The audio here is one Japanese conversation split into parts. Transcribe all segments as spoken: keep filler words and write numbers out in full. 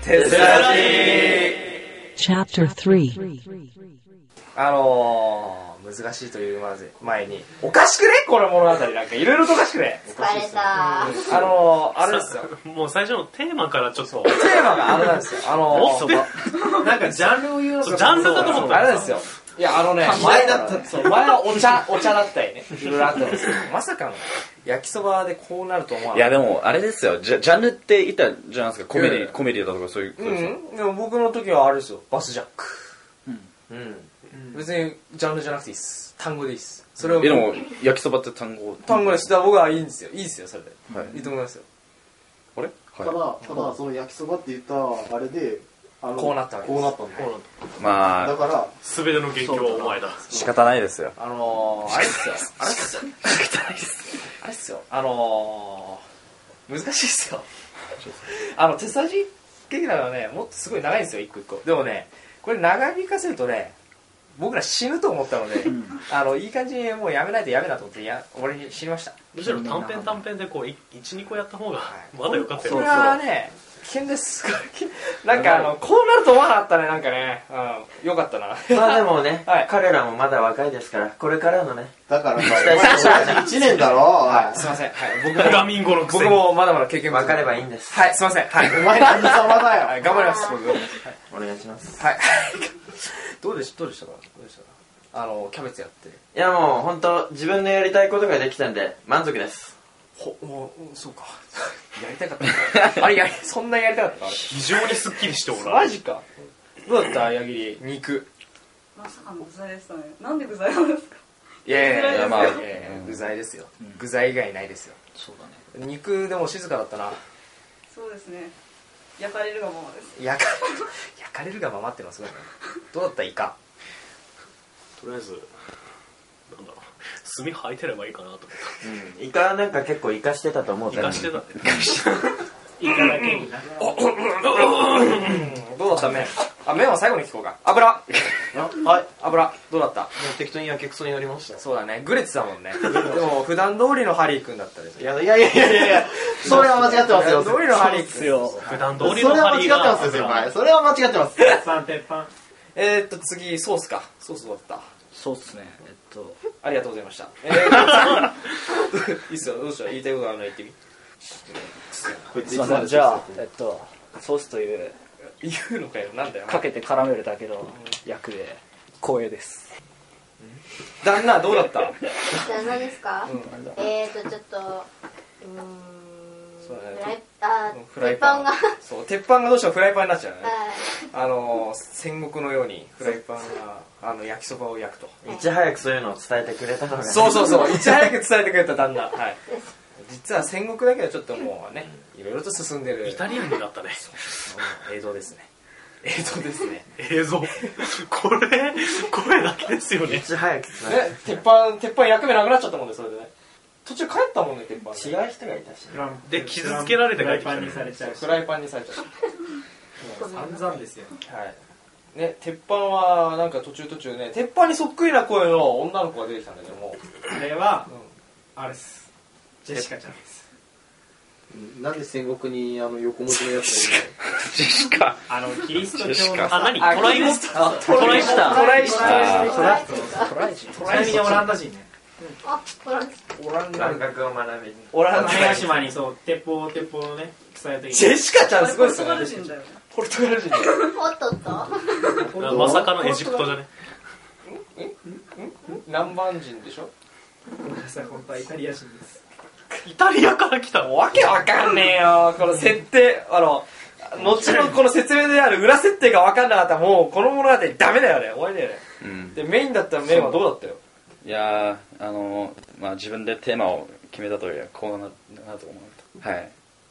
テスラジー Chapter スリー。 あのー、難しいという前におかしくねこの物語なんかいろいろとおかしくね疲れた。 あのー、あれですよもう最初のテーマからちょっとテーマがあれなんですよあのー、 なんかジャンルを言うのかジャンルかと思ったあれですよいやあのね前だったそう前はお茶お茶だったりねいろいろあったんですけどまさかの焼きそばでこうなると思わない。 いやでもあれですよジャ、ジャンルって言ったじゃないですかコメディ、うん、コメディだとかそういうことですよ。 うんでも僕の時はあれですよバスジャックうんうん別にジャンルじゃなくていいです単語でいいですそれをえでも焼きそばって単語単語ですだから僕はいいんですよいいですよそれで、はい、いいと思いますよあれ、 はい、ただただその焼きそばって言ったあれであのこうなったわけですこうなったんだよまあだから全ての元凶はお前だ仕方ないですよあのー、あれっすよあれっすよ仕方ないですあれっすよあのー、難しいっすよあの手さじ劇なのはねもっとすごい長いんですよ一個一個でもねこれ長引かせるとね僕ら死ぬと思ったので、うん、あのいい感じにもうやめないとやめなと思ってや俺に死にましたむしろ短編短編でこういちにこやった方がまだよかったよこれはね危険ですなんかあのこうなると思わなかったねなんかね、うん、よかったなまあでもね、はい、彼らもまだ若いですからこれからのねだからさいちねんだろはい、すいません、はい、僕フラミンゴのくせに僕もまだまだ経験分かればいいんですはいすいませんはいお前何様だよ、 はい、頑張ります僕、はい、 お願いしますはいどうでしたどうでしたかどうでしたかあのキャベツやっていやもう本当自分のやりたいことができたんで満足ですほもうそうかやりたかったあれやりそんなやりたかったか非常にスッキリしておらマジかどうだった矢切肉まさかの具材でしたねなんで具材なんですかいやいやいやまあいやいや具材ですよ、うん、具材以外ないですよそうだね肉でも静かだったなそうですね焼かれるがままです焼か焼かれるがままってのはすごいねどうだったイカとりあえずなんだろう炭吐いてればいいかなと思った、 うん、イカなんか結構イカしてたと思うイカしてたねイカだけになどうだった麺あ麺は最後に聞こうか油はい油どうだったもう適当にやけくそになりましたそうだねグレてたもんねでも普段通りのハリー君だったですいやいやいやいやいやそれは間違ってますよ普段通りのハリー君普段通りのハリーがそれは間違ってますよそれは間違ってます鉄板鉄板えーっと次ソースかソースどうだったそうっすねえっとありがとうございましたえーいいっすよどうした言いたいことあるの言ってみすいませんじゃあえっとソースという言うのかよなんだよかけて絡めるだけの役で光栄です旦那どうだった旦那ですか、うん、えーとちょっとうーんそうだね、 フライあフライパンがそう鉄板がどうしてもフライパンになっちゃうね、はい、あの戦国のようにフライパンがあの焼きそばを焼くといち早くそういうのを伝えてくれたのが、ね、 そうそうそういち早く伝えてくれた旦那はい実は戦国だけはちょっともうねいろいろと進んでるイタリアンになったね映像ですね映像ですね映像これ声だけですよねいち早くね鉄板鉄板役目なくなっちゃったもんねそれでね途中帰ったもんね鉄板違う人がいたし、ね、 で傷つけられて帰ってきたフライパンにされちゃうフライパンにされちゃう散々ですよはいね鉄板はなんか途中途中ね鉄板にそっくりな声の女の子が出てきたんだけどもあれは、うん、あれですジェシカちゃんですなんで戦国にあの横文字のやつがいるのジェシカあのキリスト教のあ何トライモスタトライスタートライスタートライストライ人ちなみにオランダ人ねあオランオランダ感覚を学びにオランダ種子島にそう鉄砲鉄砲のね草や的ジェシカちゃんすごいっすよねポルトガル人だよポルトガル人だよおっとっとまさかのエジプトじゃね南蛮人でしょごめんなさい本当はイタリア人ですイタリアから来たのわけわかんねえよこの設定あの後のこの説明である裏設定がわかんなかったらもうこの物語ダメだよね終わりだよね、うん、でメインだったらメインはどうだったよいやーあのー、まあ自分でテーマを決めたとおりこうなると思うはい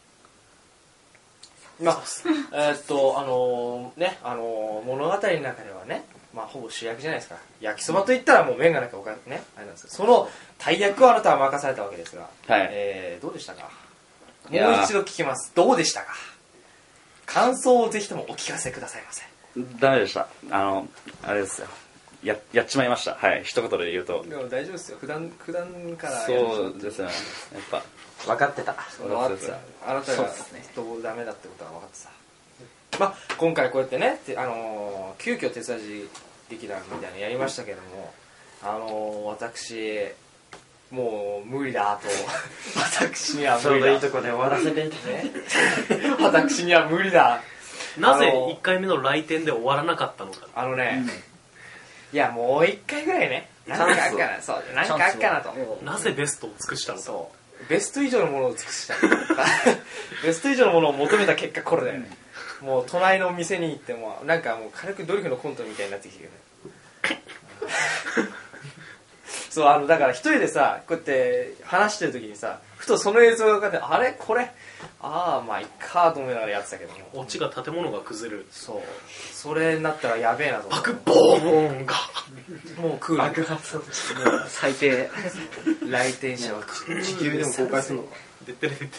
まあえー、っとあのー、ねあのー、物語の中ではねまあほぼ主役じゃないですか焼きそばといったらもう麺がなきゃおかねあれなんですけどその大役をあなたは任されたわけですが、 はいえー、どうでしたかもう一度聞きますどうでしたか感想をぜひともお聞かせくださいませダメでしたあのあれですよや, やっちまいましたはい一言で言うとでも大丈夫ですよ普段普段からそうですねやっぱ分かってた分かってたあなたがきっとダメだってことは分かってたまあ、今回こうやってね、てあのー、急遽手伝い劇団みたいなのやりましたけども、あのー、私もう無理だと私には無理だ、 ちょうどいいとこで終わらせていたね私には無理だ。 なぜいっかいめの来店で終わらなかったのか。 あのね、いやもういっかいぐらいね、何かあっかな、そう何かあっかなと。 なぜベストを尽くしたのか。 そうベスト以上のものを尽くしたベスト以上のものを求めた結果これだよね。もう隣の店に行ってもなんかもう軽くドリフのコントみたいになってきてるねそう、あのだから一人でさこうやって話してる時にさ、ふとその映像が浮かんで、あれこれああまあいっかと思いながらやってたけども、 オチが建物が崩れる。 そうそれになったらやべえなと思って、 爆ボーンがもうクール爆発を最低。 来店者は地球でも公開するのか。 出てる出て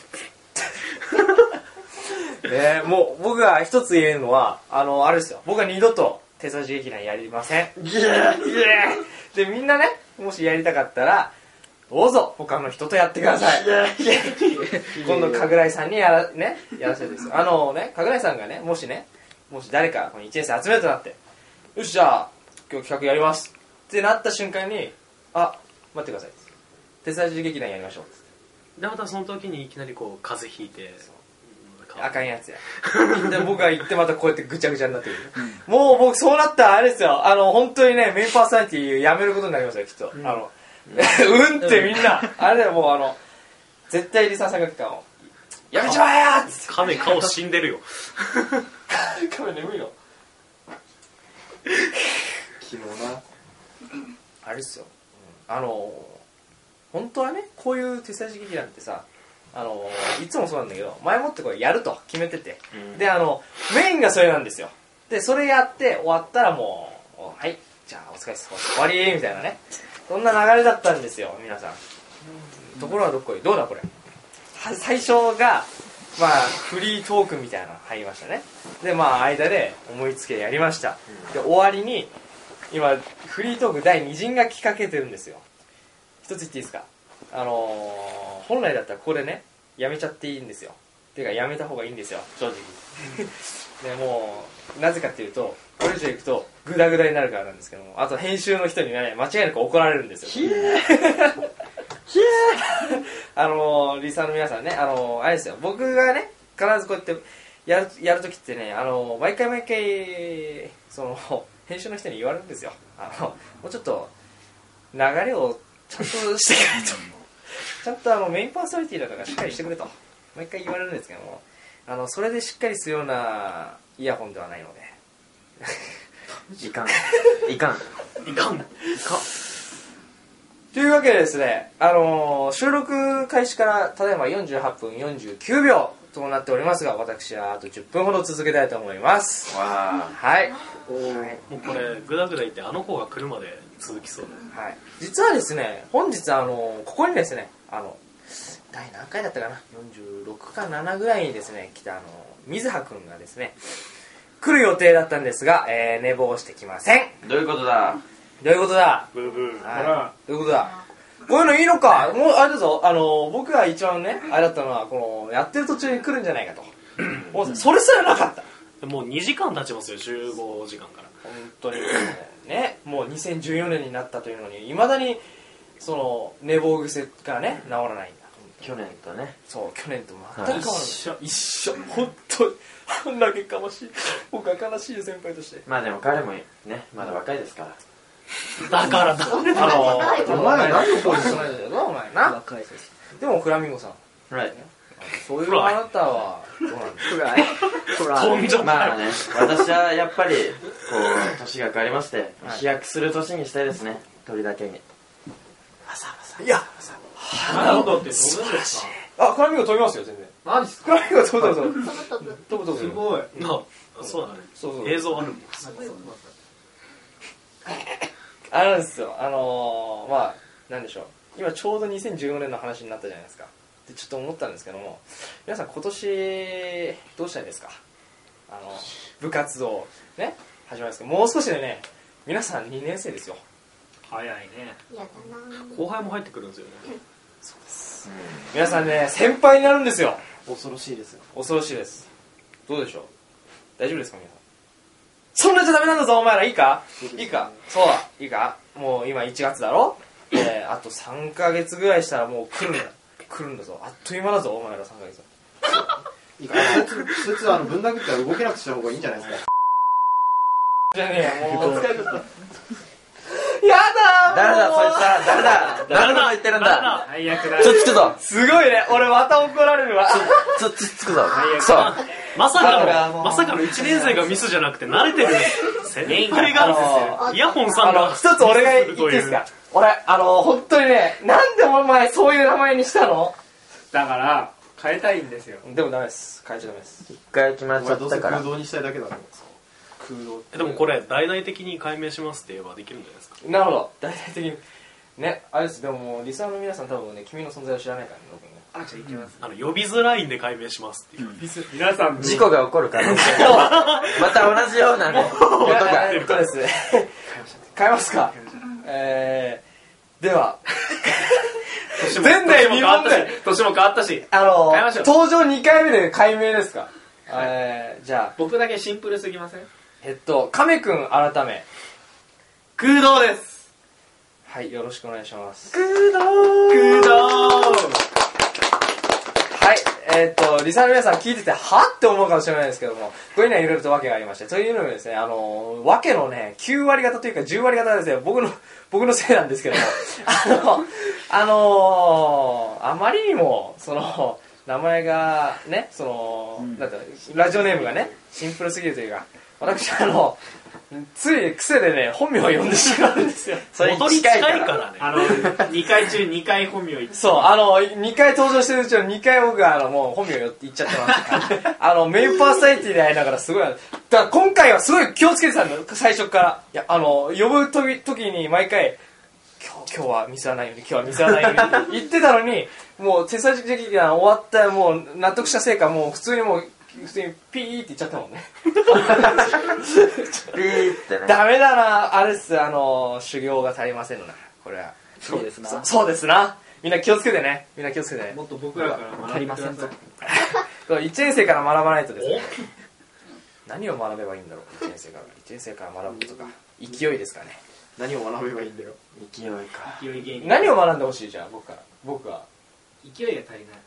えー、もう僕が一つ言えるのはあのあれですよ、僕は二度と手差し劇団やりません。イエーイでみんなね、もしやりたかったらどうぞ他の人とやってください。今度神楽井さんにやらねやらせるんですよ。あのね神楽井さんがね、もしねもし誰かこのいちねん生集めるとなって、よしじゃあ今日企画やりますってなった瞬間に、あ待ってください、手差し劇団やりましょう。 でまたその時にいきなりこう風邪ひいてあかんやつやで僕が行ってまたこうやってぐちゃぐちゃになってる、うん、もう僕そうなったらあれですよ、あの本当にねメインパーソナリティやめることになりますよきっと、うん、あのうんってみんなあれだよ、もうあの絶対リサさんが来たのやめちまえやっつって亀顔死んでるよ亀眠いの昨日なあれですよ、うん、あの本当はねこういう手差し劇団ってさ、あのいつもそうなんだけど前もってこれやると決めてて、うん、であのメインがそれなんですよ。でそれやって終わったらもうはいじゃあお疲れ様終わりみたいなね、そんな流れだったんですよ皆さん、うん、ところがどっこいどうだこれ最初がまあフリートークみたいなの入りましたね。でまあ間で思いつきでやりました、うん、で終わりに今フリートークだいに陣が来かけてるんですよ。一つ言っていいですか、あのー、本来だったらここでねやめちゃっていいんですよ。ていうかやめた方がいいんですよ正直でもうなぜかっていうとこれ以上いくとグダグダになるからなんですけども、あと編集の人にね間違いなく怒られるんですよ。ひえあのー、リサの皆さんね、あのー、あれですよ、僕がね必ずこうやってやるやるときってね、あのー、毎回毎回その編集の人に言われるんですよ。あのもうちょっと流れをちゃんとしてくれとちゃんとあのメインパーソナリティだからしっかりしてくれと毎回言われるんですけども、あのそれでしっかりするようなイヤホンではないのでいかんいかんいかんいかんというわけでですね、あのー、収録開始からただいまよんじゅうはっぷんよんじゅうきゅうびょうとなっておりますが、私はあとじゅっぷんほど続けたいと思います。 わーはい、 もうこれグダグダ言ってあの子が来るまで続きそうだ、 はい、実はですね本日あのここにですねあの第何回だったかなよんじゅうろくかななぐらいにですね来たあの水葉くんがですね来る予定だったんですが、えー、寝坊してきません。 どういうことだどういうことだブーブー、 はい、どういうことだこういうのいいのか、もうあれだぞ、あの僕が一番ねあれだったのはこのやってる途中に来るんじゃないかと思ってそれすらなかった。 もうにじかん経ちますよ、集合時間から。 本当にね、もうにせんじゅうよねんになったというのにいまだにその寝坊癖がね治らないんだ。 去年とね、 そう去年と全く変わらない、一緒一緒本当にあんだけかましい、僕は悲しいよ先輩として。 まあでも彼もねまだ若いですからだからだあのお前ら何の方にするんだよお前な。 若いですでもフラミンゴさん、 はいそういうあなたはどうなんですか。 フライフライ飛んじゃった。 まあね、私はやっぱりこう年が変わりまして飛躍する年にしたいですね、鳥だけに。 いや花言って素晴らしい。 あ、フラミンゴ飛びますよ全然。 マジっすフラミンゴ飛ぶ飛ぶ飛ぶ飛ぶ飛ぶ飛ぶ飛ぶすごいあ、そうだね。 そうそう映像あるもん。 あれなんですよ、あのー、まあなんでしょう、今ちょうどにせんじゅうよねんの話になったじゃないですか。でちょっと思ったんですけども、皆さん今年どうしたいですか。あの部活動ね始まりますけど、もう少しでね皆さんにねん生ですよ。 早いね。 やだな後輩も入ってくるんですよね。 そうです、うん、皆さんね先輩になるんですよ。 恐ろしいですよ。 恐ろしいです。どうでしょう大丈夫ですか皆さん。そんなじゃダメなんだぞお前ら。いいかいいかそうだいいかもう今いちがつだろ、えー、あとさんかげつぐらいしたらもう来るんだ来るんだぞ。あっという間だぞお前らさんかげつ。 いいかそいつはあのぶん殴ったら動けなくした方がいいんじゃないですか。 じゃねえよもう疲れちゃったやだー誰だそいつは誰だ誰のこと言ってるんだ。 最悪だ。 ちょっとつくぞ。 すごいね俺また怒られるわ。 ちょっとつくぞ。くそ。 まさかだからもうのまさかのいちねん生がミスじゃなくて慣れてる先輩がイヤホンさんがあの一つ俺が言っていいですか。俺あの本当にねなんでお前そういう名前にしたの。 だから変えたいんですよ。 でもダメです変えちゃダメです。 一回決まっちゃお前どうせったから空洞にしたいだけだろ。 空洞でもこれ大々的に解明しますって言えばできるんじゃないですか。 なるほど大体的にねあれです。でももうリスナーの皆さん多分ね君の存在を知らないからね僕ね。 あ、じゃあいきます。 あの呼びづらいんで解明しますっていう、 皆さん、 事故が起こる可能性がまた同じようなねことがえーっとですね変えますか。えー、では前代未聞で年も変わったし、 あの変えましょう登場にかいめで解明ですか。えー、じゃあ僕だけシンプルすぎません？ えっと亀くん改め空洞です。 はいよろしくお願いします。 空洞はい、えー、っとリサーの皆さん聞いててはって思うかもしれないですけども、これにはいろいろと訳がありまして、というのもですね、あの訳のねきゅうわり方というかじゅうわり方ですね、僕の僕のせいなんですけどもあのあのー、あまりにもその名前がねその、うん、なんてラジオネームがねシンプルすぎるというか、私あのつい癖でね本名を呼んでしまうんですよ。 それに近いからね。 あのにかい中にかい本名言ってそうあのにかい登場してるうちのにかい僕はあのもう本名言っちゃってますあのメインパーソナリティでありながらすごいだから今回はすごい気をつけてたんだよ最初から。いやあの呼ぶとき時に毎回今日今日はミスらないように今日はミスらないように言ってたのにもう手先劇が終わったらもう納得したせいかもう普通にもう普通にピーって言っちゃったもんねピーってね。 ダメだなあれっすあの修行が足りませんのなこれは。 そうですな。 そそうですな。みんな気をつけてね。みんな気をつけてね。 もっと僕らから学びませんと。 いちねん生から学ばないとですね。何を学べばいいんだろういちねん生から。いちねん生から学ぶことか。勢いですかね。 何を学べばいいんだよ。 勢いか。 勢い芸人。 何を学んでほしいじゃん僕から。僕は。 勢いが足りない。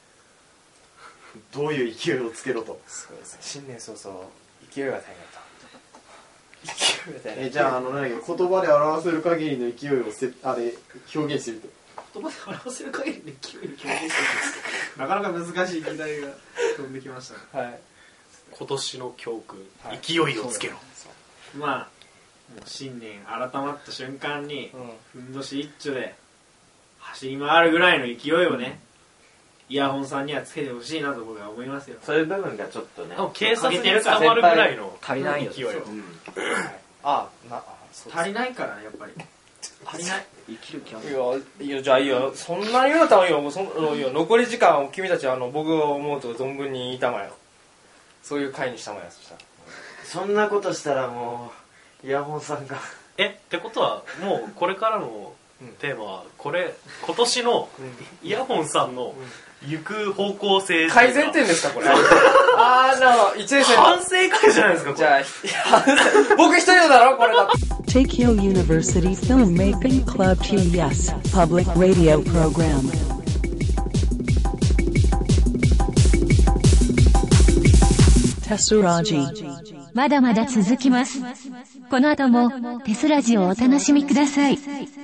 どういう勢いをつけろと。 そうですね。新年早々勢いが足りないと。勢いが足りない。 えじゃああの何だっけ言葉で表せる限りの勢いをせあれ表現してみて。 言葉で表せる限りの勢いを表現してるんですなかなか難しい議題が飛んできましたね。 はい。 今年の教訓、 はい、 勢いをつけろ。 まあもう新年改まった瞬間に、うん、ふんどし一丁で走り回るぐらいの勢いをね、イヤホンさんにはつけてほしいなと僕は思いますよ。 そういう部分がちょっとね。 警察に捕まるぐらいの足りないよ。 勢いを。 あなあ足りないからねやっぱり。足りない。生きる気はない。 いやいやじゃあいいよそんなに言うたらいいよ。そいや残り時間を君たちはあの僕を思うと存分にいたまよ。そういう回にしたまよ。そしたらそんなことしたらもうイヤホンさんがえってことはもうこれからのテーマはこれ今年のイヤホンさんの行く方向性改善点ですかこれああなるほどいちねん生の反省会じゃないですかこれ。 じゃあ僕一人だろこれだ。 Tokyo University Filmmaking Club ティーエスPublic Radio Program Tesuraji まだまだ続きます。この後もテスラジをお楽しみください。